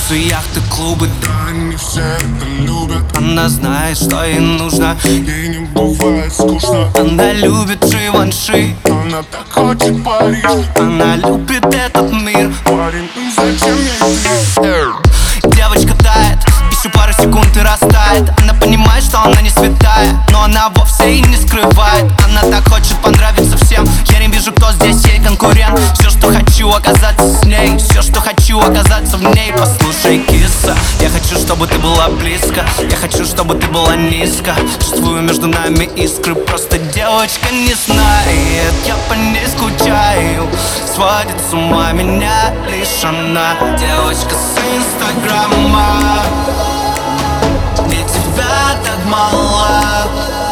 Танцы, яхты, клубы, Да, не все это любят. она знает, что ей нужно. Ей не бывает скучно. Она любит Живанши, Она так хочет Париж. она любит этот мир. Парень, ну зачем ей ты? Девочка тает, еще пару секунд и растает. Она понимает, что она не святая, но она вовсе и не скрывает. Она так хочет понравиться всем. Я не вижу, кто здесь ей конкурент. Все, что хочу, оказаться с ней. Все, что хочу, оказаться в ней. Послушай, киса, я хочу, чтобы ты была близко. Я хочу, чтобы ты была низко. Чувствую между нами искры. Просто девочка не знает, я по ней скучаю. Сводит с ума меня лишь она. Девочка с Инстаграма, ведь тебя так мало.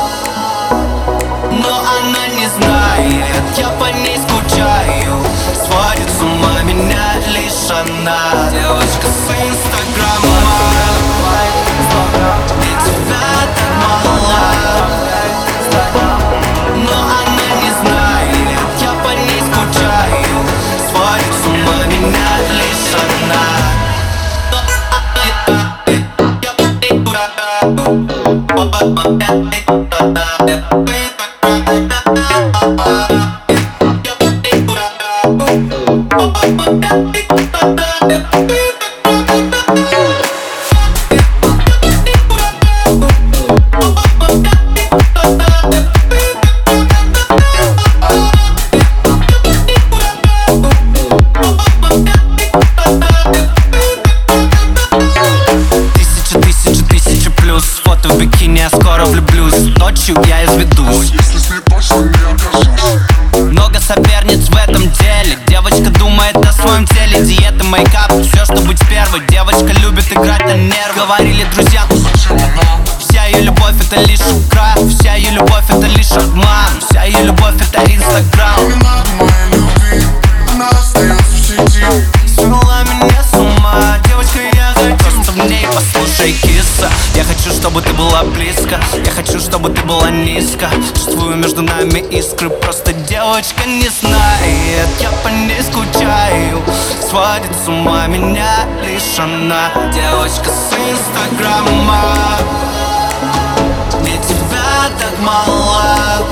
Но она не знает, я по ней скучаю. Сводит с ума меня лишь она. Девочка с Инстаграма, ведь тебя так мало. Но она не знает, я по ней скучаю. Сводит с ума меня лишь она. Тысячи плюс фото в бикини, я скоро влюблюсь. Ночью я изведусь. Если с ней точно не окажусь. Много соперниц в этом деле. Девочка думает о своем теле. Диета, мейкап, все, чтобы быть первой. Девочка любит играть на нервы. Говорили друзья, Зачем она? вся ее любовь это лишь игра. Вся ее любовь это лишь обман. Вся ее любовь это Инстаграм. Не надо моей любви. Она остается в сети. Свела меня с ума. Девочка, я хочу просто в ней. Послушай, киса, я хочу, чтобы ты была близко. Я хочу, чтобы ты была низко. Чувствую между нами искры. Просто девочка не знает, я по ней скучаю. Сводит с ума меня лишь она. Девочка с Инстаграма, ведь тебя так мало.